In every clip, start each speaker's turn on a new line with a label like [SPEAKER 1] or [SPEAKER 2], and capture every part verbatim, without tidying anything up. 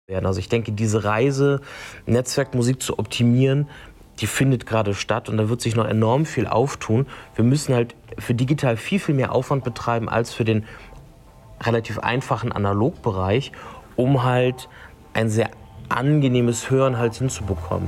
[SPEAKER 1] werden. Also ich denke, diese Reise, Netzwerkmusik zu optimieren, die findet gerade statt und da wird sich noch enorm viel auftun. Wir müssen halt für digital viel, viel mehr Aufwand betreiben als für den relativ einfachen Analogbereich, um halt ein sehr angenehmes Hören halt hinzubekommen.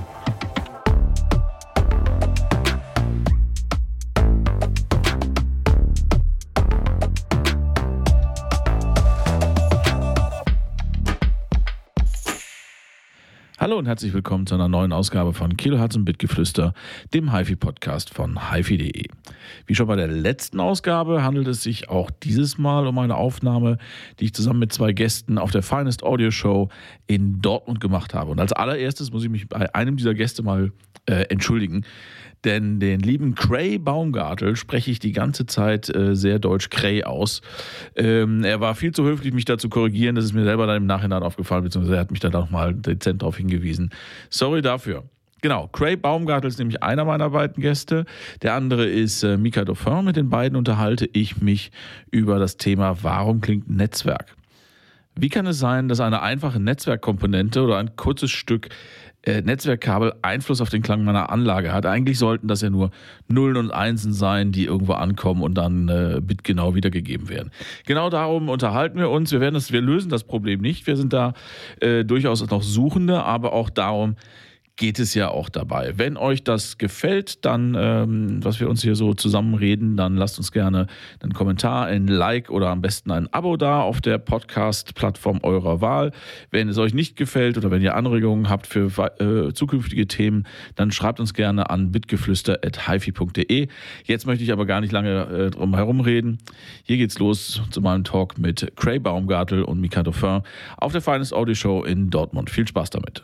[SPEAKER 2] Hallo und herzlich willkommen zu einer neuen Ausgabe von Kilohertz und Bitgeflüster, dem HiFi-Podcast von hifi punkt de. Wie schon bei der letzten Ausgabe handelt es sich auch dieses Mal um eine Aufnahme, die ich zusammen mit zwei Gästen auf der Finest Audio Show in Dortmund gemacht habe. Und als allererstes muss ich mich bei einem dieser Gäste mal äh, entschuldigen. Denn den lieben Cray Baumgartel spreche ich die ganze Zeit äh, sehr deutsch Cray aus. Ähm, er war viel zu höflich, mich da zu korrigieren. Das ist mir selber dann im Nachhinein aufgefallen, beziehungsweise er hat mich dann auch mal dezent darauf hingewiesen. Sorry dafür. Genau, Cray Baumgartel ist nämlich einer meiner beiden Gäste. Der andere ist äh, Mika Dauphin. Mit den beiden unterhalte ich mich über das Thema, warum klingt Netzwerk? Wie kann es sein, dass eine einfache Netzwerkkomponente oder ein kurzes Stück Netzwerkkabel Einfluss auf den Klang meiner Anlage hat? Eigentlich sollten das ja nur Nullen und Einsen sein, die irgendwo ankommen und dann äh, bitgenau wiedergegeben werden. Genau darum unterhalten wir uns. Wir werden das, wir lösen das Problem nicht. Wir sind da äh, durchaus noch Suchende, aber auch darum geht es ja auch dabei. Wenn euch das gefällt, dann, ähm, was wir uns hier so zusammenreden, dann lasst uns gerne einen Kommentar, ein Like oder am besten ein Abo da auf der Podcast-Plattform eurer Wahl. Wenn es euch nicht gefällt oder wenn ihr Anregungen habt für äh, zukünftige Themen, dann schreibt uns gerne an bitgeflüster at hifi punkt de. Jetzt möchte ich aber gar nicht lange äh, drum herum reden. Hier geht's los zu meinem Talk mit Cray Baumgartel und Mika Dauphin auf der Finest Audio Show in Dortmund. Viel Spaß damit.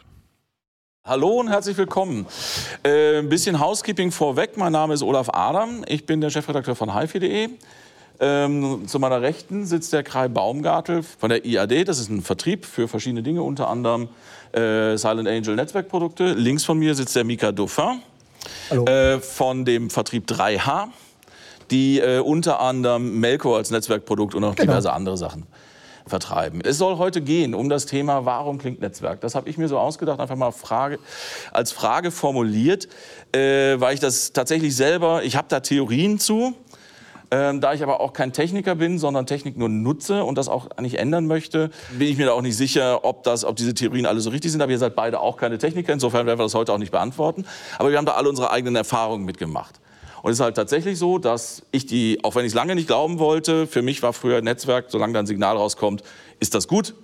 [SPEAKER 2] Hallo und herzlich willkommen. Äh, ein bisschen Housekeeping vorweg. Mein Name ist Olaf Adam. Ich bin der Chefredakteur von hifi punkt de. Ähm, zu meiner Rechten sitzt der Cray Baumgartel von der I A D. Das ist ein Vertrieb für verschiedene Dinge, unter anderem äh, Silent Angel Netzwerkprodukte. Links von mir sitzt der Mika Dauphin äh, von dem Vertrieb drei H, die äh, unter anderem Melco als Netzwerkprodukt und auch genau. diverse andere Sachen vertreiben. Es soll heute gehen um das Thema, warum klingt Netzwerk? Das habe ich mir so ausgedacht, einfach mal Frage, als Frage formuliert, äh, weil ich das tatsächlich selber, ich habe da Theorien zu, äh, da ich aber auch kein Techniker bin, sondern Technik nur nutze und das auch nicht ändern möchte, bin ich mir da auch nicht sicher, ob, das, ob diese Theorien alle so richtig sind. Aber ihr seid beide auch keine Techniker, insofern werden wir das heute auch nicht beantworten. Aber wir haben da alle unsere eigenen Erfahrungen mitgemacht. Und es ist halt tatsächlich so, dass ich die, auch wenn ich es lange nicht glauben wollte, für mich war früher Netzwerk, solange da ein Signal rauskommt, ist das gut.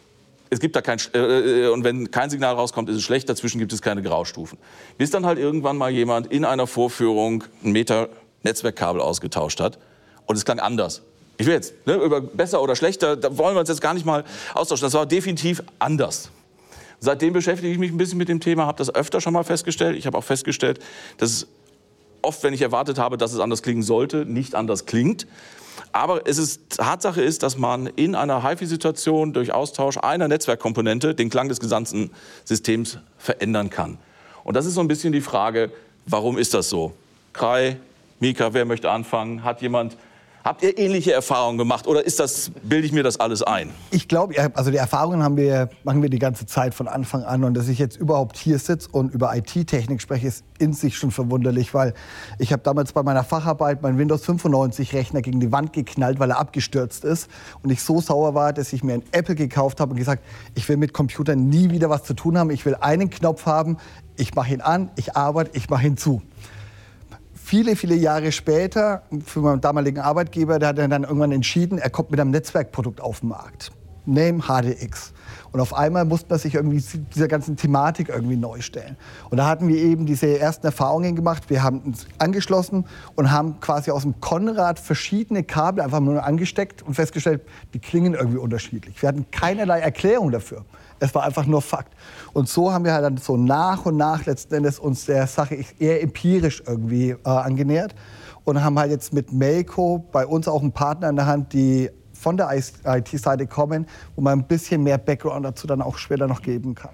[SPEAKER 2] Es gibt da kein, äh, und wenn kein Signal rauskommt, ist es schlecht, dazwischen gibt es keine Graustufen. Bis dann halt irgendwann mal jemand in einer Vorführung einen Meter Netzwerkkabel ausgetauscht hat und es klang anders. Ich will jetzt, ne, über besser oder schlechter, da wollen wir uns jetzt gar nicht mal austauschen. Das war definitiv anders. Seitdem beschäftige ich mich ein bisschen mit dem Thema, habe das öfter schon mal festgestellt. Ich habe auch festgestellt, dass es oft, wenn ich erwartet habe, dass es anders klingen sollte, nicht anders klingt. Aber es ist, Tatsache ist, dass man in einer HiFi-Situation durch Austausch einer Netzwerkkomponente den Klang des gesamten Systems verändern kann. Und das ist so ein bisschen die Frage, warum ist das so? Cray, Mika, wer möchte anfangen? Hat jemand... Habt ihr ähnliche Erfahrungen gemacht oder ist das, bilde ich mir das alles ein?
[SPEAKER 3] Ich glaube, also die Erfahrungen haben wir, machen wir die ganze Zeit von Anfang an. Und dass ich jetzt überhaupt hier sitze und über I T-Technik spreche, ist in sich schon verwunderlich. Weil ich habe damals bei meiner Facharbeit meinen Windows fünfundneunzig-Rechner gegen die Wand geknallt, weil er abgestürzt ist. Und ich so sauer war, dass ich mir ein Apple gekauft habe und gesagt, ich will mit Computern nie wieder was zu tun haben. Ich will einen Knopf haben, ich mache ihn an, ich arbeite, ich mache ihn zu. Viele, viele Jahre später, für meinen damaligen Arbeitgeber, der hat dann irgendwann entschieden, er kommt mit einem Netzwerkprodukt auf den Markt. Name H D X. Und auf einmal musste man sich irgendwie dieser ganzen Thematik irgendwie neu stellen. Und da hatten wir eben diese ersten Erfahrungen gemacht. Wir haben uns angeschlossen und haben quasi aus dem Konrad verschiedene Kabel einfach nur angesteckt und festgestellt, die klingen irgendwie unterschiedlich. Wir hatten keinerlei Erklärung dafür. Es war einfach nur Fakt. Und so haben wir halt dann so nach und nach letzten Endes uns der Sache eher empirisch irgendwie äh, angenähert und haben halt jetzt mit Melco bei uns auch einen Partner in der Hand, die von der I T-Seite kommen, wo man ein bisschen mehr Background dazu dann auch später noch geben kann.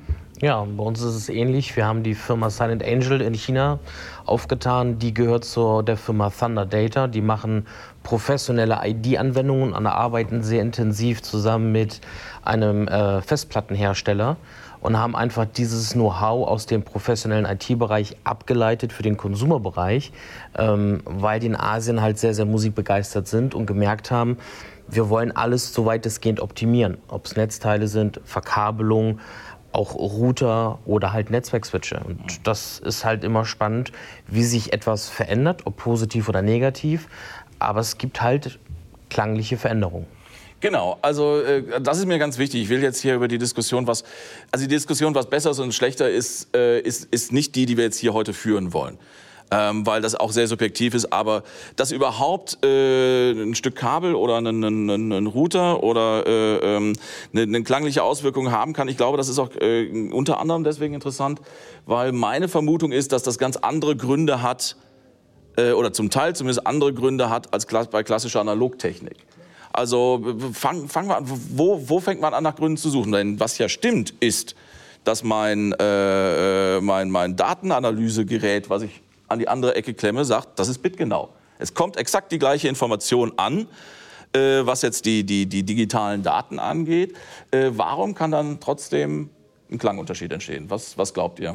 [SPEAKER 1] Ja, bei uns ist es ähnlich. Wir haben die Firma Silent Angel in China aufgetan. Die gehört zu der Firma Thunder Data. Die machen professionelle I D-Anwendungen und arbeiten sehr intensiv zusammen mit einem äh, Festplattenhersteller und haben einfach dieses Know-how aus dem professionellen I T-Bereich abgeleitet für den Konsumerbereich, ähm, weil die in Asien halt sehr, sehr musikbegeistert sind und gemerkt haben, wir wollen alles so weitestgehend optimieren. Ob es Netzteile sind, Verkabelung, auch Router oder halt Netzwerkswitche. Und das ist halt immer spannend, wie sich etwas verändert, ob positiv oder negativ. Aber es gibt halt klangliche Veränderungen.
[SPEAKER 2] Genau, also äh, das ist mir ganz wichtig. Ich will jetzt hier über die Diskussion, was, also die Diskussion, was besser und schlechter ist, äh, ist, ist nicht die, die wir jetzt hier heute führen wollen. Ähm, weil das auch sehr subjektiv ist, aber dass überhaupt äh, ein Stück Kabel oder einen, einen, einen Router oder äh, ähm, eine, eine klangliche Auswirkung haben kann, ich glaube, das ist auch äh, unter anderem deswegen interessant, weil meine Vermutung ist, dass das ganz andere Gründe hat, äh, oder zum Teil zumindest andere Gründe hat, als bei klassischer Analogtechnik. Also fangen fang wir an, wo, wo fängt man an, nach Gründen zu suchen? Denn was ja stimmt, ist, dass mein, äh, mein, mein Datenanalysegerät, was ich an die andere Ecke klemme, sagt, das ist bitgenau. Es kommt exakt die gleiche Information an, äh, was jetzt die, die, die digitalen Daten angeht. Äh, warum kann dann trotzdem ein Klangunterschied entstehen? Was, was glaubt ihr?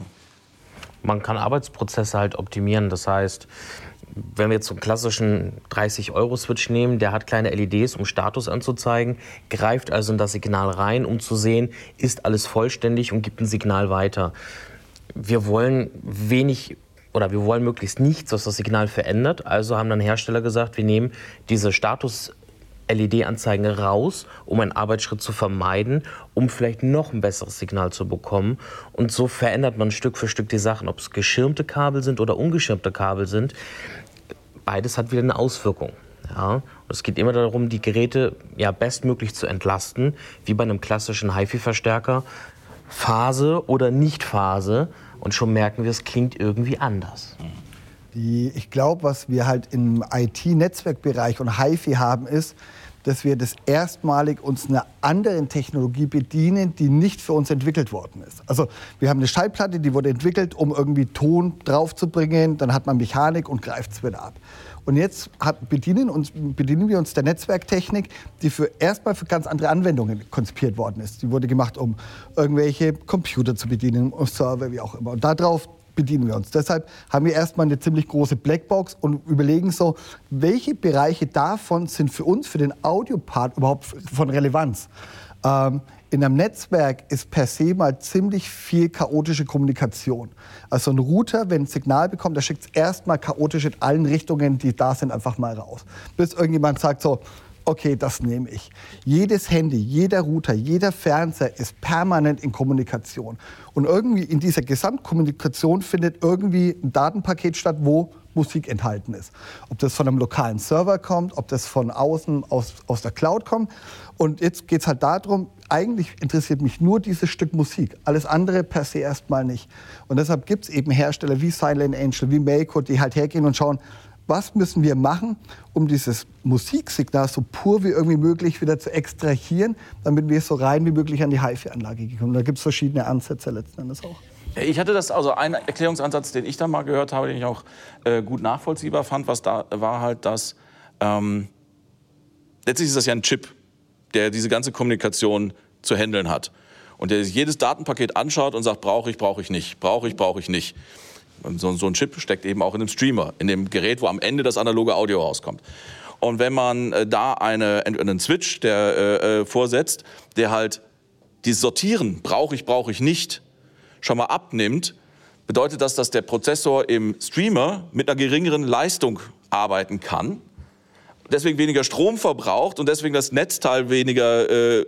[SPEAKER 1] Man kann Arbeitsprozesse halt optimieren. Das heißt, wenn wir jetzt so einen klassischen dreißig Euro Switch nehmen, der hat kleine L E Ds, um Status anzuzeigen, greift also in das Signal rein, um zu sehen, ist alles vollständig und gibt ein Signal weiter. Wir wollen wenig oder wir wollen möglichst nichts, was das Signal verändert. Also haben dann Hersteller gesagt, wir nehmen diese Status-L E D-Anzeigen raus, um einen Arbeitsschritt zu vermeiden, um vielleicht noch ein besseres Signal zu bekommen. Und so verändert man Stück für Stück die Sachen, ob es geschirmte Kabel sind oder ungeschirmte Kabel sind. Beides hat wieder eine Auswirkung. Ja, und es geht immer darum, die Geräte ja bestmöglich zu entlasten, wie bei einem klassischen HiFi-Verstärker, Phase oder Nicht-Phase. Und schon merken wir, es klingt irgendwie anders.
[SPEAKER 3] Die, ich glaube, was wir halt im I T-Netzwerkbereich und HiFi haben, ist, dass wir das erstmalig uns einer anderen Technologie bedienen, die nicht für uns entwickelt worden ist. Also wir haben eine Schallplatte, die wurde entwickelt, um irgendwie Ton draufzubringen, dann hat man Mechanik und greift es wieder ab. Und jetzt hat, bedienen, uns, bedienen wir uns der Netzwerktechnik, die für erstmal für ganz andere Anwendungen konzipiert worden ist. Die wurde gemacht, um irgendwelche Computer zu bedienen, um Server, wie auch immer. Und darauf bedienen wir uns. Deshalb haben wir erstmal eine ziemlich große Blackbox und überlegen so, welche Bereiche davon sind für uns, für den Audiopart überhaupt von Relevanz. Ähm, in einem Netzwerk ist per se mal ziemlich viel chaotische Kommunikation. Also ein Router, wenn ein Signal bekommt, der schickt es erstmal chaotisch in allen Richtungen, die da sind, einfach mal raus. Bis irgendjemand sagt so, okay, das nehme ich. Jedes Handy, jeder Router, jeder Fernseher ist permanent in Kommunikation. Und irgendwie in dieser Gesamtkommunikation findet irgendwie ein Datenpaket statt, wo Musik enthalten ist. Ob das von einem lokalen Server kommt, ob das von außen aus, aus der Cloud kommt. Und jetzt geht es halt darum, eigentlich interessiert mich nur dieses Stück Musik. Alles andere per se erstmal nicht. Und deshalb gibt es eben Hersteller wie Silent Angel, wie Melco, die halt hergehen und schauen, was müssen wir machen, um dieses Musiksignal so pur wie irgendwie möglich wieder zu extrahieren, damit wir so rein wie möglich an die HiFi-Anlage kommen. Da gibt es verschiedene Ansätze letzten Endes auch.
[SPEAKER 2] Ich hatte das, also ein Erklärungsansatz, den ich da mal gehört habe, den ich auch äh, gut nachvollziehbar fand, was da war halt, dass ähm, letztlich ist das ja ein Chip, der diese ganze Kommunikation zu handeln hat. Und der sich jedes Datenpaket anschaut und sagt, brauche ich, brauche ich nicht, brauche ich, brauche ich nicht. Und so, so ein Chip steckt eben auch in einem Streamer, in dem Gerät, wo am Ende das analoge Audio rauskommt. Und wenn man äh, da eine, einen Switch der, äh, vorsetzt, der halt dieses Sortieren, brauche ich, brauche ich nicht, schon mal abnimmt, bedeutet das, dass der Prozessor im Streamer mit einer geringeren Leistung arbeiten kann, deswegen weniger Strom verbraucht und deswegen das Netzteil weniger äh,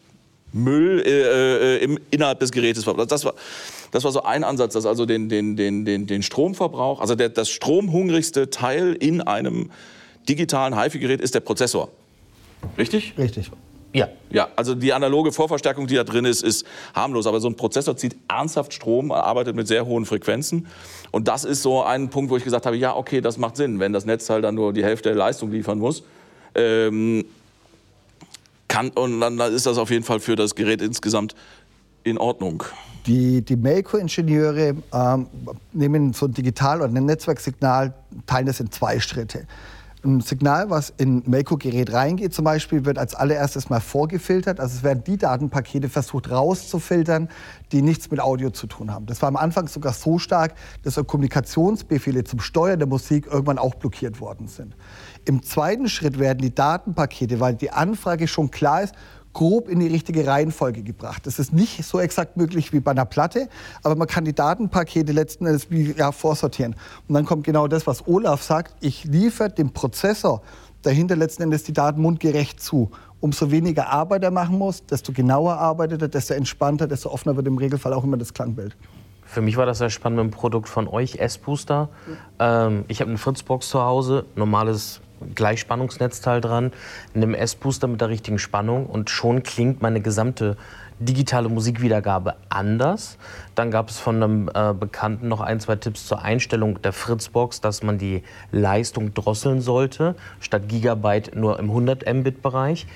[SPEAKER 2] Müll äh, im, innerhalb des Gerätes verbraucht. Das war, das war so ein Ansatz, dass also den, den, den, den, den Stromverbrauch, also der, das stromhungrigste Teil in einem digitalen HiFi-Gerät ist der Prozessor. Richtig?
[SPEAKER 3] Richtig.
[SPEAKER 1] Ja.
[SPEAKER 2] Ja, also die analoge Vorverstärkung, die da drin ist, ist harmlos. Aber so ein Prozessor zieht ernsthaft Strom, arbeitet mit sehr hohen Frequenzen. Und das ist so ein Punkt, wo ich gesagt habe, ja, okay, das macht Sinn. Wenn das Netzteil dann nur die Hälfte der Leistung liefern muss, ähm, kann, und dann ist das auf jeden Fall für das Gerät insgesamt in Ordnung.
[SPEAKER 3] Die, die Melco-Ingenieure ähm, nehmen so ein Digital- oder ein Netzwerksignal, teilen das in zwei Schritte. Ein Signal, was in ein Melco-Gerät reingeht zum Beispiel, wird als allererstes mal vorgefiltert. Also es werden die Datenpakete versucht rauszufiltern, die nichts mit Audio zu tun haben. Das war am Anfang sogar so stark, dass Kommunikationsbefehle zum Steuern der Musik irgendwann auch blockiert worden sind. Im zweiten Schritt werden die Datenpakete, weil die Anfrage schon klar ist, grob in die richtige Reihenfolge gebracht. Das ist nicht so exakt möglich wie bei einer Platte, aber man kann die Datenpakete letzten Endes wie, ja, vorsortieren. Und dann kommt genau das, was Olaf sagt, ich liefere dem Prozessor dahinter letzten Endes die Daten mundgerecht zu. Umso weniger Arbeit er machen muss, desto genauer arbeitet er, desto entspannter, desto offener wird im Regelfall auch immer das Klangbild.
[SPEAKER 1] Für mich war das sehr spannend mit dem Produkt von euch, S-Booster. Ähm, ich habe eine Fritzbox zu Hause, normales Gleichspannungsnetzteil dran, nehme S-Booster mit der richtigen Spannung und schon klingt meine gesamte digitale Musikwiedergabe anders. Dann gab es von einem äh, Bekannten noch ein, zwei Tipps zur Einstellung der Fritzbox, dass man die Leistung drosseln sollte, statt Gigabyte nur im hundert Mbit-Bereich.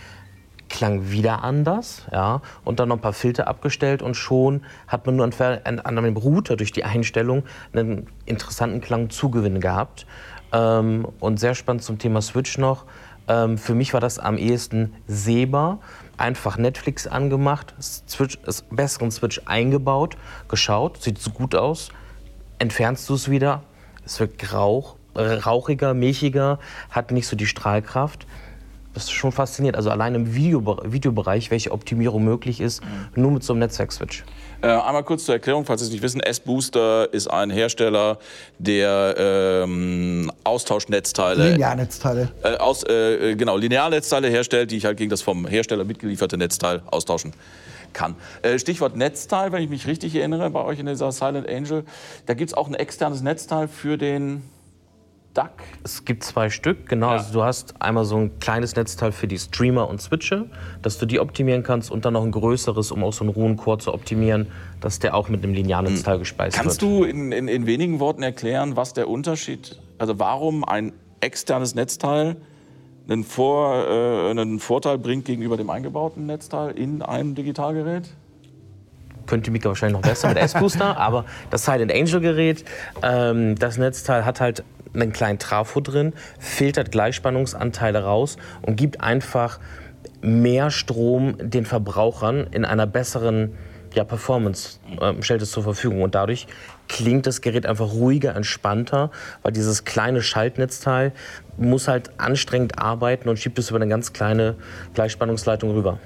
[SPEAKER 1] Klang wieder anders, ja, und dann noch ein paar Filter abgestellt und schon hat man nur an, an, an dem Router durch die Einstellung einen interessanten Klangzugewinn gehabt. Ähm, und sehr spannend zum Thema Switch noch. Ähm, für mich war das am ehesten sehbar. Einfach Netflix angemacht, Switch, besseren Switch eingebaut, geschaut, sieht so gut aus. Entfernst du es wieder, es wird rauch, äh, rauchiger, milchiger, hat nicht so die Strahlkraft. Das ist schon faszinierend. Also allein im Video, Videobereich, welche Optimierung möglich ist, mhm. nur mit so einem Netzwerkswitch.
[SPEAKER 2] Äh, einmal kurz zur Erklärung, falls Sie es nicht wissen. S-Booster ist ein Hersteller, der ähm, Austauschnetzteile...
[SPEAKER 3] Linearnetzteile.
[SPEAKER 2] Äh, aus, äh, genau, Linearnetzteile herstellt, die ich halt gegen das vom Hersteller mitgelieferte Netzteil austauschen kann. Äh, Stichwort Netzteil, wenn ich mich richtig erinnere, bei euch in dieser Silent Angel, da gibt es auch ein externes Netzteil für den... D A C?
[SPEAKER 1] Es gibt zwei Stück, genau. Ja. Also du hast einmal so ein kleines Netzteil für die Streamer und Switche, dass du die optimieren kannst und dann noch ein größeres, um auch so einen Ruhencore zu optimieren, dass der auch mit einem Linearnetzteil hm. gespeist
[SPEAKER 2] kannst
[SPEAKER 1] wird.
[SPEAKER 2] Kannst du in, in, in wenigen Worten erklären, was der Unterschied, also warum ein externes Netzteil einen, Vor, äh, einen Vorteil bringt gegenüber dem eingebauten Netzteil in einem Digitalgerät?
[SPEAKER 1] Könnte Mika wahrscheinlich noch besser mit S-Booster, aber das Silent Angel Gerät, ähm, das Netzteil hat halt einen kleinen Trafo drin, filtert Gleichspannungsanteile raus und gibt einfach mehr Strom den Verbrauchern in einer besseren ja, Performance, äh, stellt es zur Verfügung. Und dadurch klingt das Gerät einfach ruhiger, entspannter, weil dieses kleine Schaltnetzteil muss halt anstrengend arbeiten und schiebt es über eine ganz kleine Gleichspannungsleitung rüber.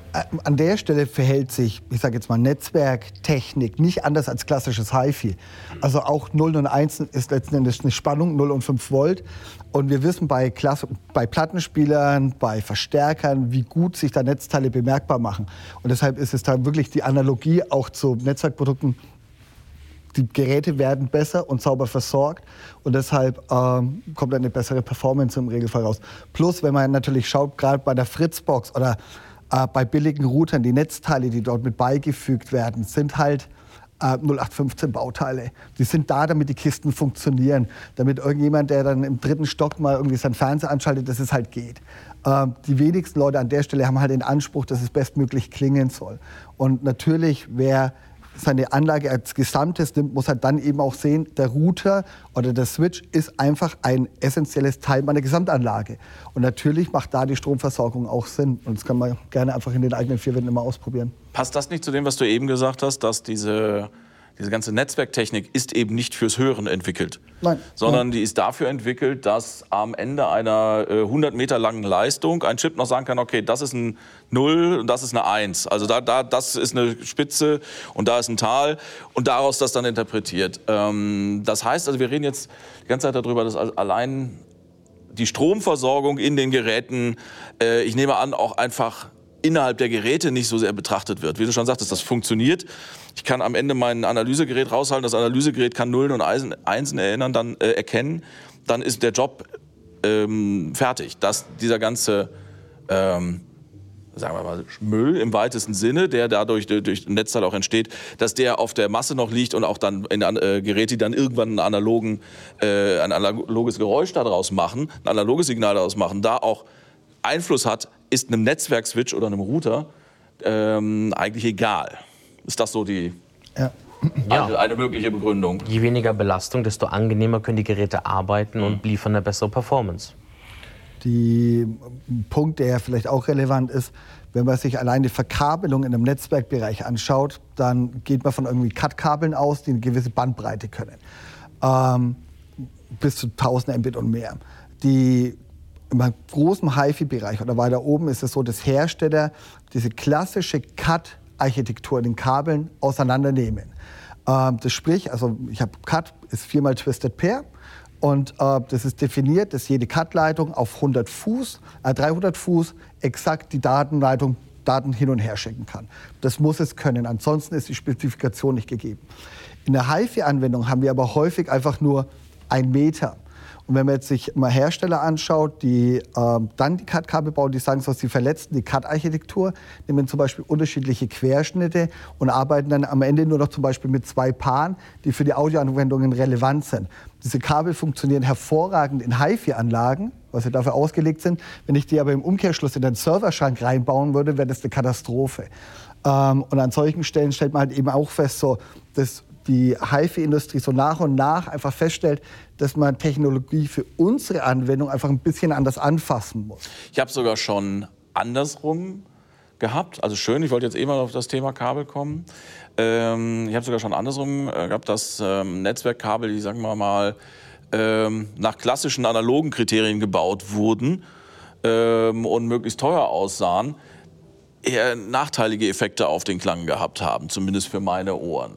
[SPEAKER 3] An der Stelle verhält sich, ich sage jetzt mal, Netzwerktechnik nicht anders als klassisches HiFi. Also auch null und eins ist letzten Endes eine Spannung, null und fünf Volt. Und wir wissen bei, Klasse, bei Plattenspielern, bei Verstärkern, wie gut sich da Netzteile bemerkbar machen. Und deshalb ist es da wirklich die Analogie auch zu Netzwerkprodukten. Die Geräte werden besser und sauber versorgt und deshalb ähm, kommt eine bessere Performance im Regelfall raus. Plus, wenn man natürlich schaut, gerade bei der Fritzbox oder Äh, bei billigen Routern, die Netzteile, die dort mit beigefügt werden, sind halt äh, null acht fünfzehn Bauteile. Die sind da, damit die Kisten funktionieren. Damit irgendjemand, der dann im dritten Stock mal irgendwie seinen Fernseher anschaltet, dass es halt geht. Äh, die wenigsten Leute an der Stelle haben halt den Anspruch, dass es bestmöglich klingen soll. Und natürlich, wer seine Anlage als Gesamtes nimmt, muss halt dann eben auch sehen, der Router oder der Switch ist einfach ein essentielles Teil meiner Gesamtanlage. Und natürlich macht da die Stromversorgung auch Sinn. Und das kann man gerne einfach in den eigenen vier Wänden immer ausprobieren.
[SPEAKER 2] Passt das nicht zu dem, was du eben gesagt hast, dass diese, diese ganze Netzwerktechnik ist eben nicht fürs Hören entwickelt?
[SPEAKER 3] Nein.
[SPEAKER 2] Sondern
[SPEAKER 3] Nein.
[SPEAKER 2] die ist dafür entwickelt, dass am Ende einer äh, hundert Meter langen Leistung ein Chip noch sagen kann, okay, das ist ein null und das ist eine eins. Also da, da, das ist eine Spitze und da ist ein Tal und daraus das dann interpretiert. Ähm, das heißt, also wir reden jetzt die ganze Zeit darüber, dass allein die Stromversorgung in den Geräten, äh, ich nehme an, auch einfach innerhalb der Geräte nicht so sehr betrachtet wird. Wie du schon sagtest, das funktioniert. Ich kann am Ende mein Analysegerät raushalten. Das Analysegerät kann Nullen und Einsen erinnern, dann äh, erkennen. Dann ist der Job ähm, fertig. Dass dieser ganze, ähm, sagen wir mal, Müll im weitesten Sinne, der dadurch durch ein Netzteil auch entsteht, dass der auf der Masse noch liegt und auch dann in äh, Geräte, die dann irgendwann einen analogen, äh, ein analoges Geräusch daraus machen, ein analoges Signal daraus machen, da auch Einfluss hat, ist einem Netzwerkswitch oder einem Router ähm, eigentlich egal. Ist das so die
[SPEAKER 3] Ja.
[SPEAKER 1] Ja.
[SPEAKER 2] eine, eine mögliche Begründung?
[SPEAKER 1] Je weniger Belastung, desto angenehmer können die Geräte arbeiten und liefern eine bessere Performance.
[SPEAKER 3] Die Punkt, der vielleicht auch relevant ist, wenn man sich allein die Verkabelung in einem Netzwerkbereich anschaut, dann geht man von irgendwie Cut-Kabeln aus, die eine gewisse Bandbreite können. Ähm, bis zu tausend Mbit und mehr. Die, im großen HiFi-Bereich oder weiter oben ist es so, dass Hersteller diese klassische Cut-Architektur in den Kabeln auseinandernehmen. Ähm, das sprich, also ich habe Cut, ist viermal Twisted Pair. Und äh, das ist definiert, dass jede Cut-Leitung auf hundert Fuß, äh, dreihundert Fuß exakt die Datenleitung, Daten hin und her schicken kann. Das muss es können, ansonsten ist die Spezifikation nicht gegeben. In der HiFi-Anwendung haben wir aber häufig einfach nur ein Meter. Und wenn man jetzt sich mal Hersteller anschaut, die äh, dann die Cut-Kabel bauen, die sagen so, sie verletzen die Cut-Architektur, nehmen zum Beispiel unterschiedliche Querschnitte und arbeiten dann am Ende nur noch zum Beispiel mit zwei Paaren, die für die Audioanwendungen relevant sind. Diese Kabel funktionieren hervorragend in HiFi-Anlagen, weil sie dafür ausgelegt sind. Wenn ich die aber im Umkehrschluss in den Serverschrank reinbauen würde, wäre das eine Katastrophe. Ähm, und an solchen Stellen stellt man halt eben auch fest, so, dass die HiFi-Industrie so nach und nach einfach feststellt, dass man Technologie für unsere Anwendung einfach ein bisschen anders anfassen muss.
[SPEAKER 2] Ich habe sogar schon andersrum gehabt. Also schön, ich wollte jetzt eh mal auf das Thema Kabel kommen. Ähm, ich habe sogar schon andersrum äh, gehabt, dass ähm, Netzwerkkabel, die sagen wir mal, ähm, nach klassischen analogen Kriterien gebaut wurden ähm, und möglichst teuer aussahen, eher nachteilige Effekte auf den Klang gehabt haben, zumindest für meine Ohren.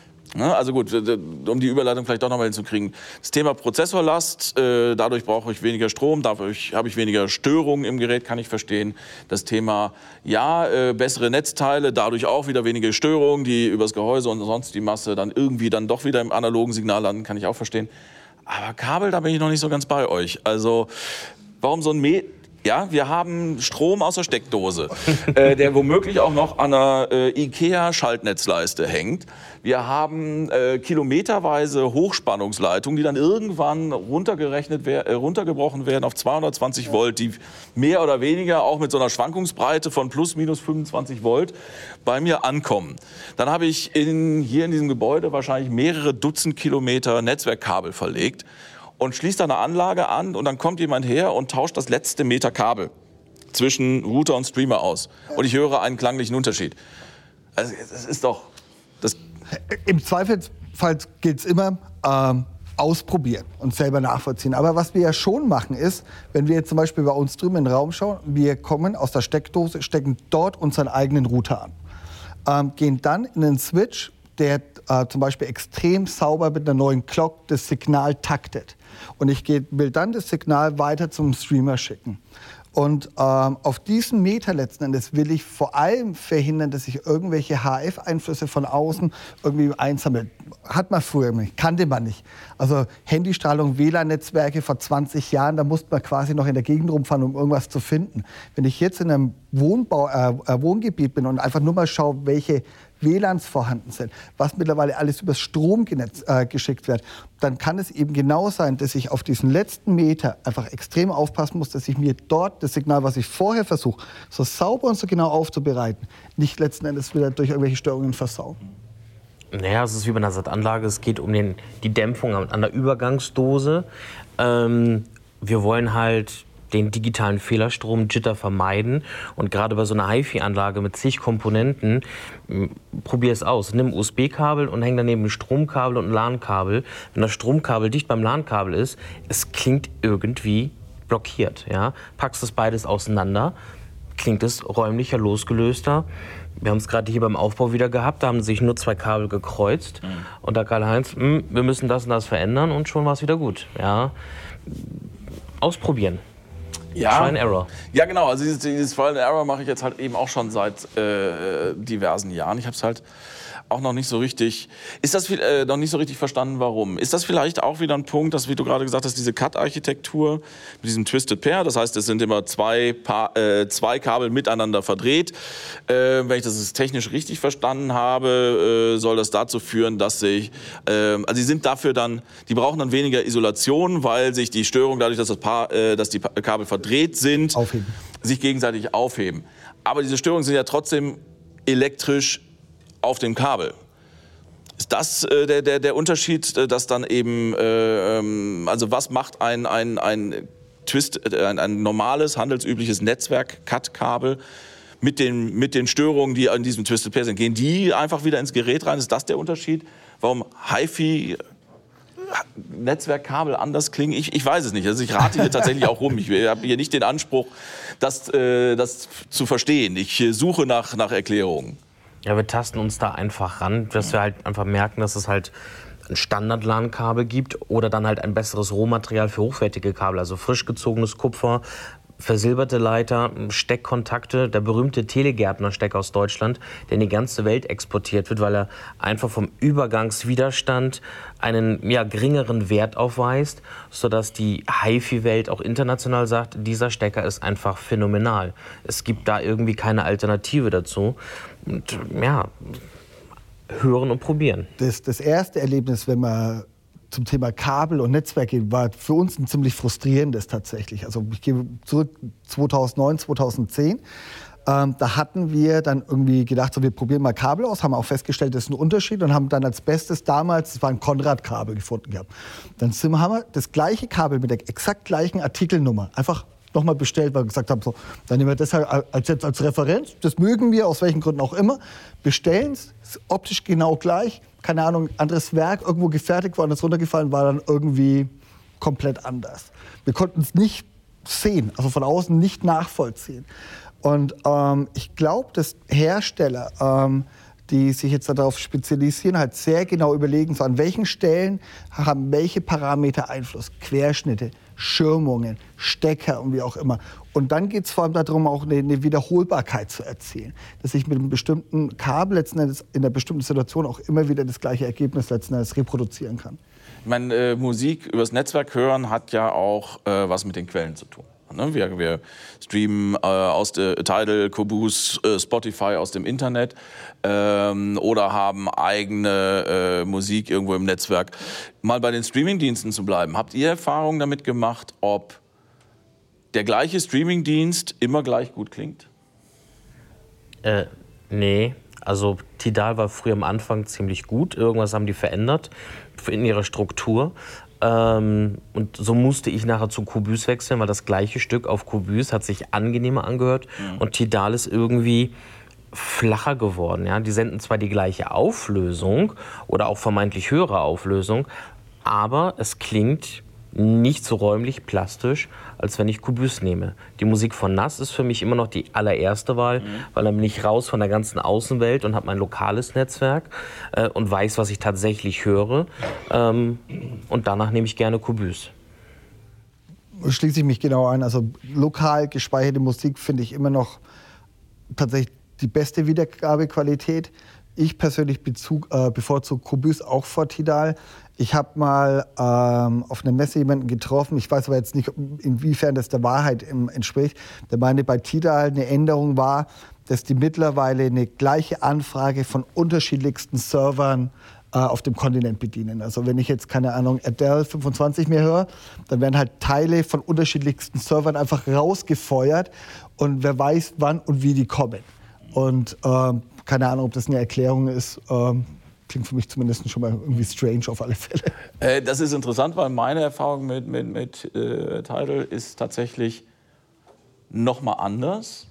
[SPEAKER 2] Also gut, um die Überleitung vielleicht doch noch mal hinzukriegen. Das Thema Prozessorlast, äh, dadurch brauche ich weniger Strom, dadurch habe ich weniger Störungen im Gerät, kann ich verstehen. Das Thema, ja, äh, bessere Netzteile, dadurch auch wieder weniger Störungen, die übers Gehäuse und sonst die Masse dann irgendwie dann doch wieder im analogen Signal landen, kann ich auch verstehen. Aber Kabel, da bin ich noch nicht so ganz bei euch. Also warum so ein Me... Ja, wir haben Strom aus der Steckdose, äh, der womöglich auch noch an einer äh, IKEA-Schaltnetzleiste hängt. Wir haben äh, kilometerweise Hochspannungsleitungen, die dann irgendwann runtergerechnet wer äh, runtergebrochen werden auf zweihundertzwanzig Volt, die mehr oder weniger auch mit so einer Schwankungsbreite von plus minus fünfundzwanzig Volt bei mir ankommen. Dann habe ich in, hier in diesem Gebäude wahrscheinlich mehrere Dutzend Kilometer Netzwerkkabel verlegt. Und schließt da eine Anlage an und dann kommt jemand her und tauscht das letzte Meter Kabel zwischen Router und Streamer aus. Und ich höre einen klanglichen Unterschied. Also das ist doch... Das
[SPEAKER 3] Im Zweifelsfall gilt es immer, ähm, ausprobieren und selber nachvollziehen. Aber was wir ja schon machen ist, wenn wir jetzt zum Beispiel bei uns drüben in den Raum schauen, wir kommen aus der Steckdose, stecken dort unseren eigenen Router an, ähm, gehen dann in den Switch, der äh, zum Beispiel extrem sauber mit einer neuen Clock das Signal taktet. Und ich geh, will dann das Signal weiter zum Streamer schicken. Und ähm, auf diesen Meter letzten Endes will ich vor allem verhindern, dass ich irgendwelche H F-Einflüsse von außen irgendwie einsammle. Hat man früher nicht, kannte man nicht. Also Handystrahlung, W L A N-Netzwerke vor zwanzig Jahren, da musste man quasi noch in der Gegend rumfahren, um irgendwas zu finden. Wenn ich jetzt in einem Wohnbau, äh, Wohngebiet bin und einfach nur mal schaue, welche W L A Ns vorhanden sind, was mittlerweile alles übers Stromnetz äh, geschickt wird, dann kann es eben genau sein, dass ich auf diesen letzten Meter einfach extrem aufpassen muss, dass ich mir dort das Signal, was ich vorher versuche, so sauber und so genau aufzubereiten, nicht letzten Endes wieder durch irgendwelche Störungen versau.
[SPEAKER 1] Naja, es ist wie bei einer S A T-Anlage, es geht um den, die Dämpfung an, an der Übergangsdose. Ähm, wir wollen halt den digitalen Fehlerstrom, Jitter vermeiden. Und gerade bei so einer HiFi-Anlage mit zig Komponenten, probier es aus. Nimm ein U S B-Kabel und häng daneben ein Stromkabel und ein LAN-Kabel. Wenn das Stromkabel dicht beim LAN-Kabel ist, es klingt irgendwie blockiert. Ja? Packst das beides auseinander, klingt es räumlicher, losgelöster. Wir haben es gerade hier beim Aufbau wieder gehabt, da haben sich nur zwei Kabel gekreuzt. Mhm. Und da Karl-Heinz, wir müssen das und das verändern und schon war es wieder gut. Ja? Ausprobieren.
[SPEAKER 2] Ja.
[SPEAKER 1] Try and Error.
[SPEAKER 2] Ja, genau. Also dieses, dieses Try and Error mache ich jetzt halt eben auch schon seit äh, diversen Jahren. Ich habe es halt auch noch nicht so richtig, ist das äh, noch nicht so richtig verstanden, warum. Ist das vielleicht auch wieder ein Punkt, dass, wie du gerade gesagt hast, diese Cut-Architektur mit diesem Twisted Pair, das heißt, es sind immer zwei, Paar, äh, zwei Kabel miteinander verdreht. Äh, wenn ich das technisch richtig verstanden habe, äh, soll das dazu führen, dass sich, äh, also sie sind dafür dann, die brauchen dann weniger Isolation, weil sich die Störung dadurch, dass das Paar, äh, dass die Kabel verdreht sind,
[SPEAKER 3] aufheben.
[SPEAKER 2] sich gegenseitig aufheben. Aber diese Störungen sind ja trotzdem elektrisch
[SPEAKER 4] auf dem Kabel. Ist das äh, der, der, der Unterschied, äh, dass dann eben, äh, ähm, also was macht ein, ein, ein Twist, äh, ein, ein normales, handelsübliches Netzwerk-Cut-Kabel mit den, mit den Störungen, die an diesem Twisted Pair sind? Gehen die einfach wieder ins Gerät rein? Ist das der Unterschied? Warum HiFi Netzwerkkabel anders klingen? Ich, ich weiß es nicht. Also ich rate hier tatsächlich auch rum. Ich habe hier nicht den Anspruch, das, äh, das zu verstehen. Ich äh, suche nach, nach Erklärungen.
[SPEAKER 1] Ja, wir tasten uns da einfach ran, dass wir halt einfach merken, dass es halt ein Standard-LAN-Kabel gibt oder dann halt ein besseres Rohmaterial für hochwertige Kabel, also frisch gezogenes Kupfer, versilberte Leiter, Steckkontakte, der berühmte Telegärtner-Stecker aus Deutschland, der in die ganze Welt exportiert wird, weil er einfach vom Übergangswiderstand einen ja, geringeren Wert aufweist, sodass die HiFi-Welt auch international sagt, dieser Stecker ist einfach phänomenal. Es gibt da irgendwie keine Alternative dazu. Und ja, hören und probieren.
[SPEAKER 3] Das, das erste Erlebnis, wenn man zum Thema Kabel und Netzwerk geht, war für uns ein ziemlich frustrierendes tatsächlich. Also ich gehe zurück zweitausendneun, zweitausendzehn. Ähm, da hatten wir dann irgendwie gedacht, so, wir probieren mal Kabel aus, haben auch festgestellt, das ist ein Unterschied und haben dann als Bestes damals, das war ein Konrad-Kabel gefunden gehabt. Dann sind, haben wir das gleiche Kabel mit der exakt gleichen Artikelnummer einfach nochmal bestellt, weil wir gesagt haben, so, dann nehmen wir das halt als, jetzt als Referenz, das mögen wir, aus welchen Gründen auch immer, bestellen es, ist optisch genau gleich, keine Ahnung, anderes Werk, irgendwo gefertigt, woanders runtergefallen, war dann irgendwie komplett anders. Wir konnten es nicht sehen, also von außen nicht nachvollziehen. Und ähm, ich glaube, dass Hersteller, ähm, die sich jetzt darauf spezialisieren, halt sehr genau überlegen, so an welchen Stellen haben welche Parameter Einfluss, Querschnitte, Schirmungen, Stecker und wie auch immer. Und dann geht es vor allem darum, auch eine, eine Wiederholbarkeit zu erzielen. Dass ich mit einem bestimmten Kabel letzten Endes in einer bestimmten Situation auch immer wieder das gleiche Ergebnis letzten Endes reproduzieren kann.
[SPEAKER 4] Ich meine, äh, Musik übers Netzwerk hören hat ja auch äh, was mit den Quellen zu tun. Ne? Wir, wir streamen äh, aus der Tidal, Qobuz, äh, Spotify aus dem Internet ähm, oder haben eigene äh, Musik irgendwo im Netzwerk. Mal bei den Streamingdiensten zu bleiben. Habt ihr Erfahrungen damit gemacht, ob der gleiche Streamingdienst immer gleich gut klingt?
[SPEAKER 1] Äh, nee. Also Tidal war früher am Anfang ziemlich gut. Irgendwas haben die verändert in ihrer Struktur. Ähm, und so musste ich nachher zu Qobuz wechseln, weil das gleiche Stück auf Qobuz hat sich angenehmer angehört. Mhm. Und Tidal ist irgendwie flacher geworden. Ja? Die senden zwar die gleiche Auflösung oder auch vermeintlich höhere Auflösung, aber es klingt nicht so räumlich plastisch, als wenn ich Qobuz nehme. Die Musik von Nas ist für mich immer noch die allererste Wahl, mhm. weil dann bin ich raus von der ganzen Außenwelt und habe mein lokales Netzwerk äh, und weiß, was ich tatsächlich höre. Ähm, und danach nehme ich gerne Qobuz.
[SPEAKER 3] Schließe ich mich genau ein. Also lokal gespeicherte Musik finde ich immer noch tatsächlich die beste Wiedergabequalität. Ich persönlich bezug, äh, bevorzuge Qobuz auch vor Tidal. Ich habe mal ähm, auf einer Messe jemanden getroffen, ich weiß aber jetzt nicht, inwiefern das der Wahrheit im, entspricht, der meinte, bei Tidal eine Änderung war, dass die mittlerweile eine gleiche Anfrage von unterschiedlichsten Servern äh, auf dem Kontinent bedienen. Also wenn ich jetzt, keine Ahnung, Adele fünfundzwanzig mehr höre, dann werden halt Teile von unterschiedlichsten Servern einfach rausgefeuert und wer weiß, wann und wie die kommen. Und ähm, keine Ahnung, ob das eine Erklärung ist. Ähm, klingt für mich zumindest schon mal irgendwie strange auf alle Fälle.
[SPEAKER 4] Äh, das ist interessant, weil meine Erfahrung mit, mit, mit äh, Tidal ist tatsächlich noch mal anders.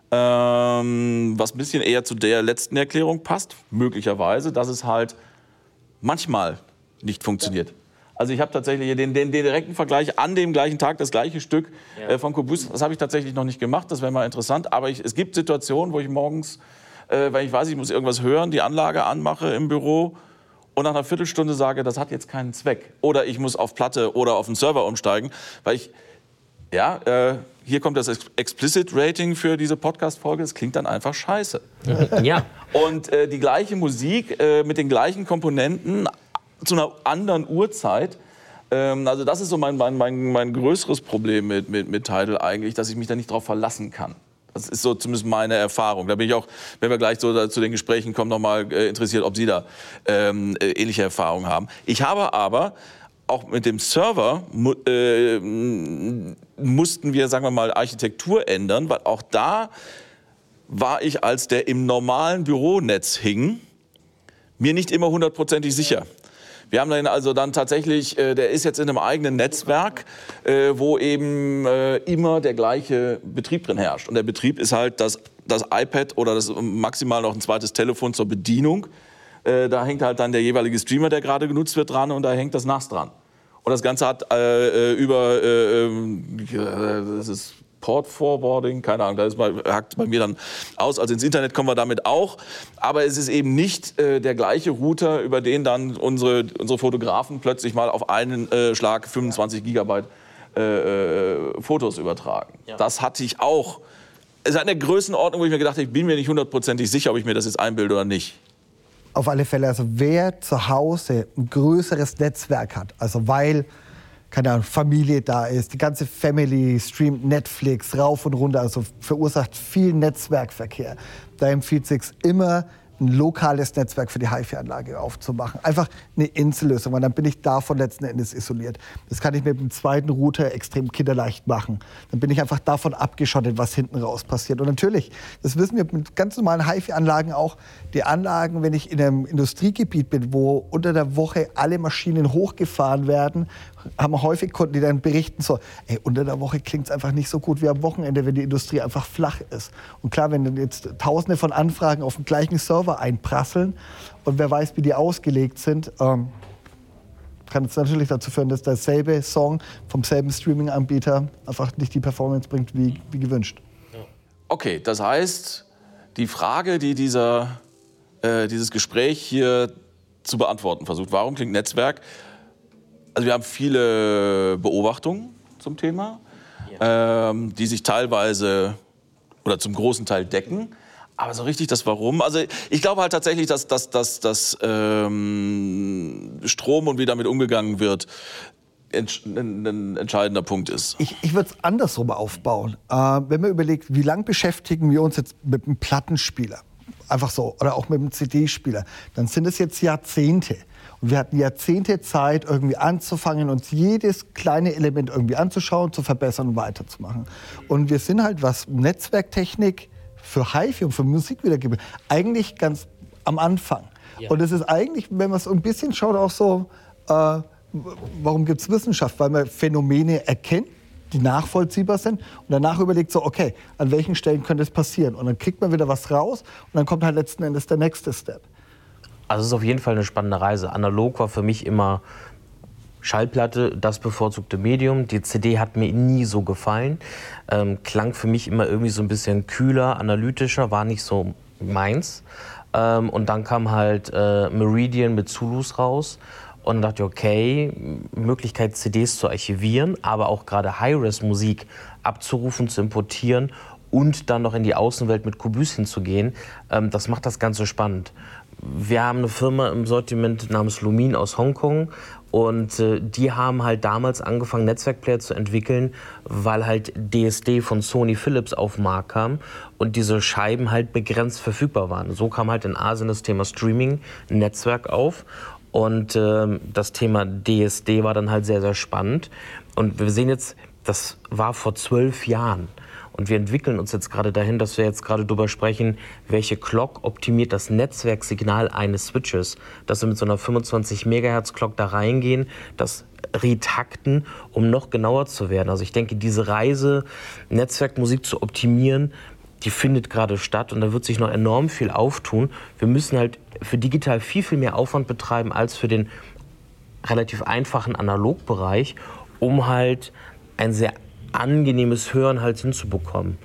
[SPEAKER 4] Ähm, was ein bisschen eher zu der letzten Erklärung passt, möglicherweise, dass es halt manchmal nicht funktioniert. Also ich habe tatsächlich den, den, den direkten Vergleich an dem gleichen Tag, das gleiche Stück ja. äh, von Qobuz, das habe ich tatsächlich noch nicht gemacht, das wäre mal interessant. Aber ich, es gibt Situationen, wo ich morgens, äh, weil ich weiß, ich muss irgendwas hören, die Anlage anmache im Büro und nach einer Viertelstunde sage, das hat jetzt keinen Zweck. Oder ich muss auf Platte oder auf den Server umsteigen, weil ich, ja, äh, hier kommt das Explicit Rating für diese Podcast-Folge, es klingt dann einfach scheiße.
[SPEAKER 1] Ja.
[SPEAKER 4] Und äh, die gleiche Musik äh, mit den gleichen Komponenten zu einer anderen Uhrzeit. Ähm, also das ist so mein, mein, mein, mein größeres Problem mit, mit, mit Tidal eigentlich, dass ich mich da nicht drauf verlassen kann. Das ist so zumindest meine Erfahrung. Da bin ich auch, wenn wir gleich so zu den Gesprächen kommen, noch mal äh, interessiert, ob Sie da ähm, äh, ähnliche Erfahrungen haben. Ich habe aber auch mit dem Server mu äh, mussten wir, sagen wir mal, Architektur ändern, weil auch da war ich, als der im normalen Büronetz hing, mir nicht immer hundertprozentig sicher. Wir haben dann also dann tatsächlich, äh, der ist jetzt in einem eigenen Netzwerk, äh, wo eben äh, immer der gleiche Betrieb drin herrscht. Und der Betrieb ist halt das, das iPad oder das maximal noch ein zweites Telefon zur Bedienung. Äh, da hängt halt dann der jeweilige Streamer, der gerade genutzt wird, dran und da hängt das N A S dran. Und das Ganze hat äh, über, äh, äh, das ist Port Forwarding, keine Ahnung, da ist bei, hakt bei mir dann aus. Also ins Internet kommen wir damit auch. Aber es ist eben nicht äh, der gleiche Router, über den dann unsere, unsere Fotografen plötzlich mal auf einen äh, Schlag fünfundzwanzig Gigabyte äh, äh, Fotos übertragen. Ja. Das hatte ich auch. Es ist eine Größenordnung, wo ich mir gedacht habe, ich bin mir nicht hundertprozentig sicher, ob ich mir das jetzt einbilde oder nicht.
[SPEAKER 3] Auf alle Fälle, also wer zu Hause ein größeres Netzwerk hat, also weil, keine Ahnung, Familie da ist, die ganze Family streamt Netflix rauf und runter, also verursacht viel Netzwerkverkehr. Da empfiehlt es sich immer, ein lokales Netzwerk für die HiFi-Anlage aufzumachen. Einfach eine Insellösung, weil dann bin ich davon letzten Endes isoliert. Das kann ich mit dem zweiten Router extrem kinderleicht machen. Dann bin ich einfach davon abgeschottet, was hinten raus passiert. Und natürlich, das wissen wir mit ganz normalen HiFi-Anlagen auch, die Anlagen, wenn ich in einem Industriegebiet bin, wo unter der Woche alle Maschinen hochgefahren werden, haben wir häufig Kunden, die dann berichten so, ey, unter der Woche klingt es einfach nicht so gut wie am Wochenende, wenn die Industrie einfach flach ist. Und klar, wenn dann jetzt Tausende von Anfragen auf den gleichen Server einprasseln und wer weiß, wie die ausgelegt sind, ähm, kann es natürlich dazu führen, dass derselbe Song vom selben Streaming-Anbieter einfach nicht die Performance bringt, wie, wie gewünscht.
[SPEAKER 4] Okay, das heißt, die Frage, die dieser, äh, dieses Gespräch hier zu beantworten versucht, warum klingt Netzwerk? Also wir haben viele Beobachtungen zum Thema, ja. ähm, die sich teilweise oder zum großen Teil decken. Aber so richtig das Warum, also ich glaube halt tatsächlich, dass, dass, dass, dass ähm, Strom und wie damit umgegangen wird, ein, ein entscheidender Punkt ist.
[SPEAKER 3] Ich, ich würde es andersrum aufbauen. Äh, wenn man überlegt, wie lange beschäftigen wir uns jetzt mit einem Plattenspieler, einfach so, oder auch mit einem C D-Spieler, dann sind es jetzt Jahrzehnte. Und wir hatten Jahrzehnte Zeit, irgendwie anzufangen, uns jedes kleine Element irgendwie anzuschauen, zu verbessern und weiterzumachen. Und wir sind halt, was Netzwerktechnik für HiFi und für Musik wiedergibt, eigentlich ganz am Anfang. Ja. Und es ist eigentlich, wenn man es ein bisschen schaut, auch so, äh, warum gibt es Wissenschaft? Weil man Phänomene erkennt, die nachvollziehbar sind und danach überlegt so, okay, an welchen Stellen könnte es passieren? Und dann kriegt man wieder was raus und dann kommt halt letzten Endes der nächste Step.
[SPEAKER 1] Also es ist auf jeden Fall eine spannende Reise. Analog war für mich immer Schallplatte, das bevorzugte Medium. Die C D hat mir nie so gefallen. Ähm, klang für mich immer irgendwie so ein bisschen kühler, analytischer, war nicht so meins. Ähm, und dann kam halt äh, Meridian mit Zulus raus. Und dann dachte ich, okay, Möglichkeit C Ds zu archivieren, aber auch gerade Hi-Res-Musik abzurufen, zu importieren und dann noch in die Außenwelt mit Qobuz hinzugehen, ähm, das macht das Ganze spannend. Wir haben eine Firma im Sortiment namens Lumin aus Hongkong und äh, die haben halt damals angefangen, Netzwerkplayer zu entwickeln, weil halt D S D von Sony Philips auf den Markt kam und diese Scheiben halt begrenzt verfügbar waren. So kam halt in Asien das Thema Streaming, Netzwerk auf und äh, das Thema D S D war dann halt sehr, sehr spannend. Und wir sehen jetzt, das war vor zwölf Jahren. Und wir entwickeln uns jetzt gerade dahin, dass wir jetzt gerade darüber sprechen, welche Clock optimiert das Netzwerksignal eines Switches. Dass wir mit so einer fünfundzwanzig Megahertz Clock da reingehen, das retakten, um noch genauer zu werden. Also ich denke, diese Reise, Netzwerkmusik zu optimieren, die findet gerade statt und da wird sich noch enorm viel auftun. Wir müssen halt für digital viel, viel mehr Aufwand betreiben als für den relativ einfachen Analogbereich, um halt ein sehr angenehmes Hören halt hinzubekommen.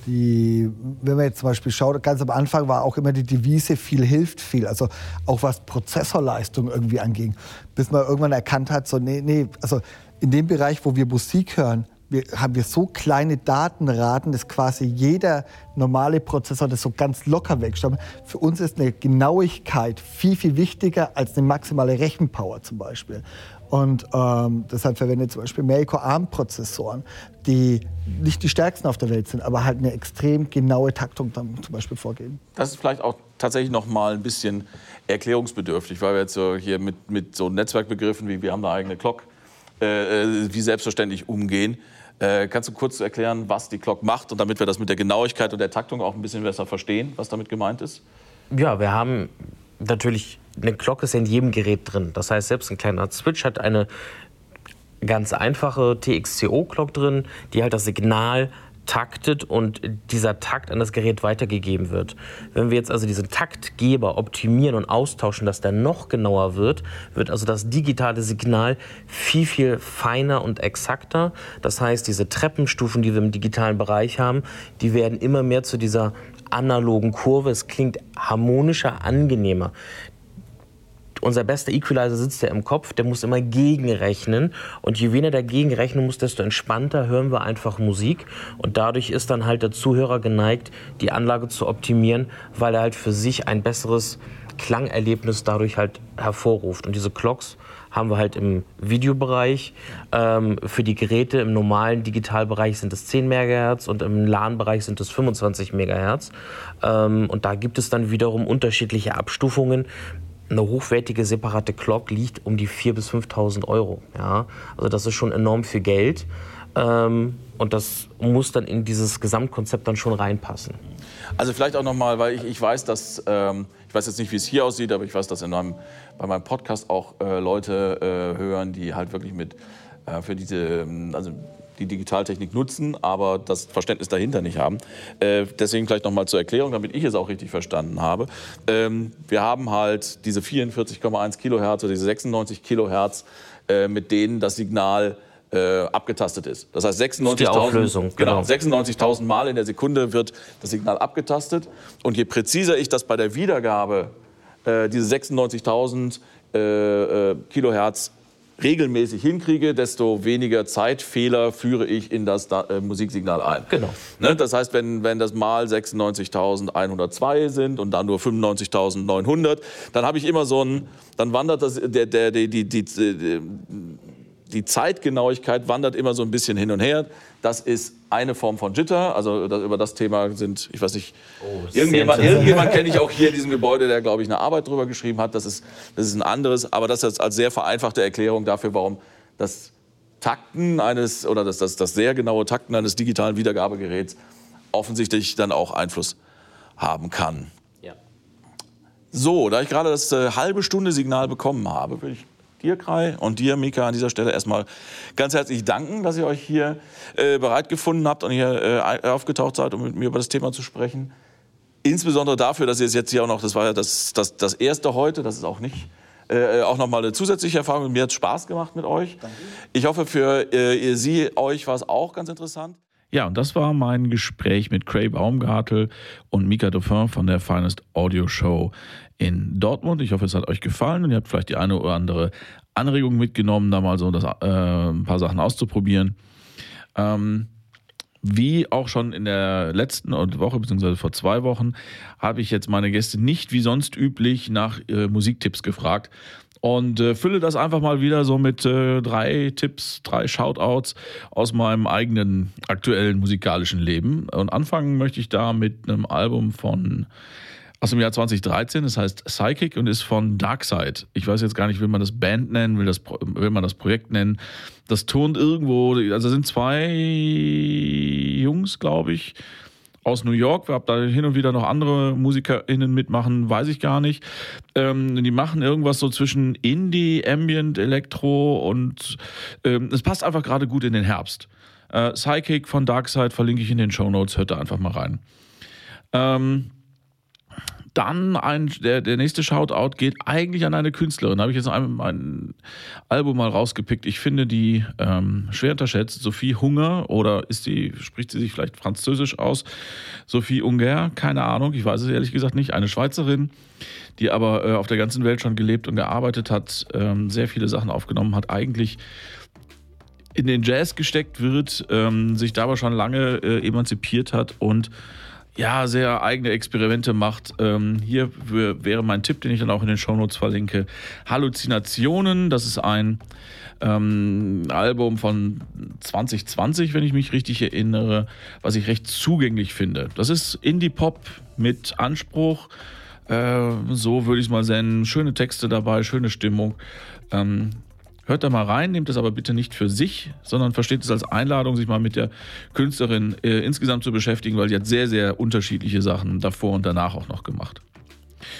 [SPEAKER 3] Die, wenn man jetzt zum Beispiel schaut, ganz am Anfang war auch immer die Devise, viel hilft viel. Also auch was Prozessorleistung irgendwie anging. Bis man irgendwann erkannt hat, so nee, nee, also in dem Bereich, wo wir Musik hören, wir, haben wir so kleine Datenraten, dass quasi jeder normale Prozessor das so ganz locker wegstammt. Für uns ist eine Genauigkeit viel, viel wichtiger als eine maximale Rechenpower zum Beispiel. Und ähm, deshalb verwendet zum Beispiel Melco ARM-Prozessoren, die nicht die stärksten auf der Welt sind, aber halt eine extrem genaue Taktung dann zum Beispiel vorgeben.
[SPEAKER 4] Das ist vielleicht auch tatsächlich noch mal ein bisschen erklärungsbedürftig, weil wir jetzt so hier mit, mit so Netzwerkbegriffen wie wir haben eine eigene Clock, äh, wie selbstverständlich umgehen. Äh, kannst du kurz erklären, was die Clock macht und damit wir das mit der Genauigkeit und der Taktung auch ein bisschen besser verstehen, was damit gemeint ist?
[SPEAKER 1] Ja, wir haben natürlich, eine Glock ist ja in jedem Gerät drin. Das heißt, selbst ein kleiner Switch hat eine ganz einfache T X C O-Glock drin, die halt das Signal taktet und dieser Takt an das Gerät weitergegeben wird. Wenn wir jetzt also diesen Taktgeber optimieren und austauschen, dass der noch genauer wird, wird also das digitale Signal viel, viel feiner und exakter. Das heißt, diese Treppenstufen, die wir im digitalen Bereich haben, die werden immer mehr zu dieser analogen Kurve. Es klingt harmonischer, angenehmer. Unser bester Equalizer sitzt ja im Kopf, der muss immer gegenrechnen. Und je weniger der gegenrechnen muss, desto entspannter hören wir einfach Musik. Und dadurch ist dann halt der Zuhörer geneigt, die Anlage zu optimieren, weil er halt für sich ein besseres Klangerlebnis dadurch halt hervorruft. Und diese Clocks haben wir halt im Videobereich. Ähm, für die Geräte im normalen Digitalbereich sind es zehn Megahertz und im LAN-Bereich sind es fünfundzwanzig Megahertz. Ähm, und da gibt es dann wiederum unterschiedliche Abstufungen. Eine hochwertige separate Clock liegt um die viertausend bis fünftausend Euro. Ja? Also das ist schon enorm viel Geld. Ähm, und das muss dann in dieses Gesamtkonzept dann schon reinpassen.
[SPEAKER 4] Also vielleicht auch nochmal, weil ich, ich weiß, dass, ähm, ich weiß jetzt nicht, wie es hier aussieht, aber ich weiß, dass in meinem, bei meinem Podcast auch äh, Leute äh, hören, die halt wirklich mit äh, für diese, also die Digitaltechnik nutzen, aber das Verständnis dahinter nicht haben. Äh, deswegen vielleicht nochmal zur Erklärung, damit ich es auch richtig verstanden habe. Ähm, wir haben halt diese vierundvierzig Komma eins Kilohertz oder diese sechsundneunzig Kilohertz, äh, mit denen das Signal äh, abgetastet ist. Das heißt sechsundneunzigtausend genau, sechsundneunzigtausend Mal in der Sekunde wird das Signal abgetastet. Und je präziser ich das bei der Wiedergabe, äh, diese sechsundneunzigtausend äh, äh, Kilohertz regelmäßig hinkriege, desto weniger Zeitfehler führe ich in das äh, Musiksignal ein.
[SPEAKER 1] Genau.
[SPEAKER 4] Ne? Das heißt, wenn, wenn das mal sechsundneunzigtausendeinhundertzwei sind und dann nur fünfundneunzigtausendneunhundert, dann habe ich immer so ein, dann wandert das, der, der, die, die, die, die, die Zeitgenauigkeit wandert immer so ein bisschen hin und her. Das ist eine Form von Jitter. Also das, über das Thema sind, ich weiß nicht, oh, irgendjemand, irgendjemand kenne ich auch hier in diesem Gebäude, der, glaube ich, eine Arbeit drüber geschrieben hat. Das ist, das ist ein anderes. Aber das ist als sehr vereinfachte Erklärung dafür, warum das Takten eines oder das, das, das sehr genaue Takten eines digitalen Wiedergabegeräts offensichtlich dann auch Einfluss haben kann.
[SPEAKER 1] Ja.
[SPEAKER 4] So, da ich gerade das äh, halbe Stunde Signal bekommen habe, will ich dir, Kai, und dir, Mika, an dieser Stelle erstmal ganz herzlich danken, dass ihr euch hier äh, bereit gefunden habt und hier äh, aufgetaucht seid, um mit mir über das Thema zu sprechen. Insbesondere dafür, dass ihr es jetzt hier auch noch, das war ja das, das, das erste heute, das ist auch nicht, äh, auch nochmal eine zusätzliche Erfahrung. Mir hat es Spaß gemacht mit euch. Danke. Ich hoffe, für äh, Sie, euch war es auch ganz interessant.
[SPEAKER 2] Ja, und das war mein Gespräch mit Cray Baumgartel und Mika Dauphin von der Finest Audio Show in Dortmund. Ich hoffe, es hat euch gefallen und ihr habt vielleicht die eine oder andere Anregung mitgenommen, da mal so das, äh, ein paar Sachen auszuprobieren. Ähm, wie auch schon in der letzten Woche, beziehungsweise vor zwei Wochen, habe ich jetzt meine Gäste nicht wie sonst üblich nach äh, Musiktipps gefragt. Und äh, fülle das einfach mal wieder so mit äh, drei Tipps, drei Shoutouts aus meinem eigenen aktuellen musikalischen Leben. Und anfangen möchte ich da mit einem Album von aus dem Jahr zwanzig dreizehn, das heißt Psychic und ist von Darkside. Ich weiß jetzt gar nicht, will man das Band nennen, will, das, will man das Projekt nennen. Das turnt irgendwo, also sind zwei Jungs, glaube ich, aus New York. Ob da hin und wieder noch andere MusikerInnen mitmachen, weiß ich gar nicht. Ähm, die machen irgendwas so zwischen Indie, Ambient, Elektro und ähm, es passt einfach gerade gut in den Herbst. Äh, Psychic von Darkside verlinke ich in den Shownotes, hört da einfach mal rein. Ähm, Dann ein, der, der nächste Shoutout geht eigentlich an eine Künstlerin. Da habe ich jetzt ein, ein Album mal rausgepickt. Ich finde die ähm, schwer unterschätzt. Sophie Hunger, oder ist die, spricht sie sich vielleicht französisch aus? Sophie Unger, keine Ahnung, ich weiß es ehrlich gesagt nicht. Eine Schweizerin, die aber äh, auf der ganzen Welt schon gelebt und gearbeitet hat, ähm, sehr viele Sachen aufgenommen hat, eigentlich in den Jazz gesteckt wird, ähm, sich da aber schon lange äh, emanzipiert hat und ja, sehr eigene Experimente macht. Ähm, hier w- wäre mein Tipp, den ich dann auch in den Shownotes verlinke. Halluzinationen, das ist ein ähm, Album von zwanzig zwanzig, wenn ich mich richtig erinnere, was ich recht zugänglich finde. Das ist Indie-Pop mit Anspruch, äh, so würde ich es mal nennen. Schöne Texte dabei, schöne Stimmung. Ähm, Hört da mal rein, nehmt es aber bitte nicht für sich, sondern versteht es als Einladung, sich mal mit der Künstlerin äh, insgesamt zu beschäftigen, weil die hat sehr, sehr unterschiedliche Sachen davor und danach auch noch gemacht.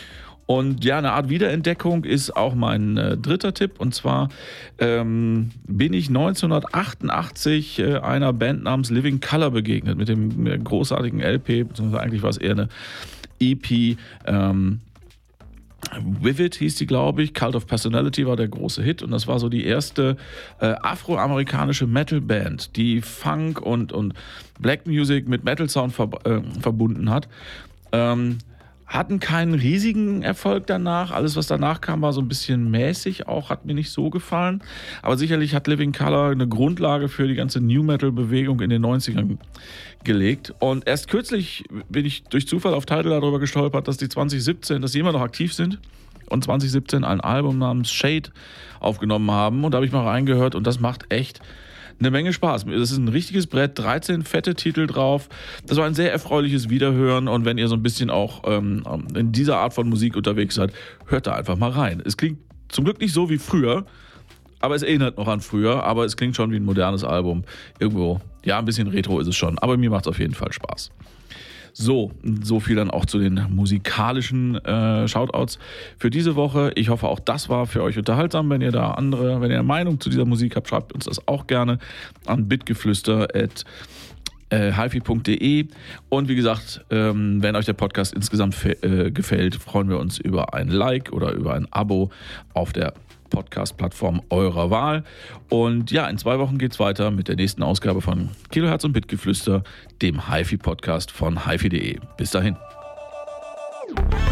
[SPEAKER 2] Und ja, eine Art Wiederentdeckung ist auch mein äh, dritter Tipp. Und zwar ähm, bin ich neunzehnhundertachtundachtzig äh, einer Band namens Living Colour begegnet mit dem äh, großartigen L P, beziehungsweise eigentlich war es eher eine E P. Ähm, Vivid hieß die, glaube ich. Cult of Personality war der große Hit. Und das war so die erste äh, afroamerikanische Metal-Band, die Funk und, und Black Music mit Metal-Sound ver- äh, verbunden hat. Ähm, hatten keinen riesigen Erfolg danach. Alles, was danach kam, war so ein bisschen mäßig auch, hat mir nicht so gefallen. Aber sicherlich hat Living Colour eine Grundlage für die ganze New-Metal-Bewegung in den neunzigern gelegt. Und erst kürzlich bin ich durch Zufall auf Tidal darüber gestolpert, dass die zwanzig siebzehn, dass die immer noch aktiv sind und zwanzig siebzehn ein Album namens Shade aufgenommen haben. Und da habe ich mal reingehört und das macht echt eine Menge Spaß. Das ist ein richtiges Brett, dreizehn fette Titel drauf. Das war ein sehr erfreuliches Wiederhören und wenn ihr so ein bisschen auch ähm, in dieser Art von Musik unterwegs seid, hört da einfach mal rein. Es klingt zum Glück nicht so wie früher, aber es erinnert noch an früher, aber es klingt schon wie ein modernes Album. Irgendwo, ja, ein bisschen retro ist es schon, aber mir macht es auf jeden Fall Spaß. So, so viel dann auch zu den musikalischen äh, Shoutouts für diese Woche. Ich hoffe, auch das war für euch unterhaltsam. Wenn ihr da andere, wenn ihr eine Meinung zu dieser Musik habt, schreibt uns das auch gerne an bitgeflüster at hifi punkt de. Und wie gesagt, ähm, wenn euch der Podcast insgesamt fe- äh, gefällt, freuen wir uns über ein Like oder über ein Abo auf der Podcast-Plattform eurer Wahl. Und ja, in zwei Wochen geht's weiter mit der nächsten Ausgabe von Kilohertz und Bitgeflüster, dem HiFi-Podcast von hifi punkt de. Bis dahin.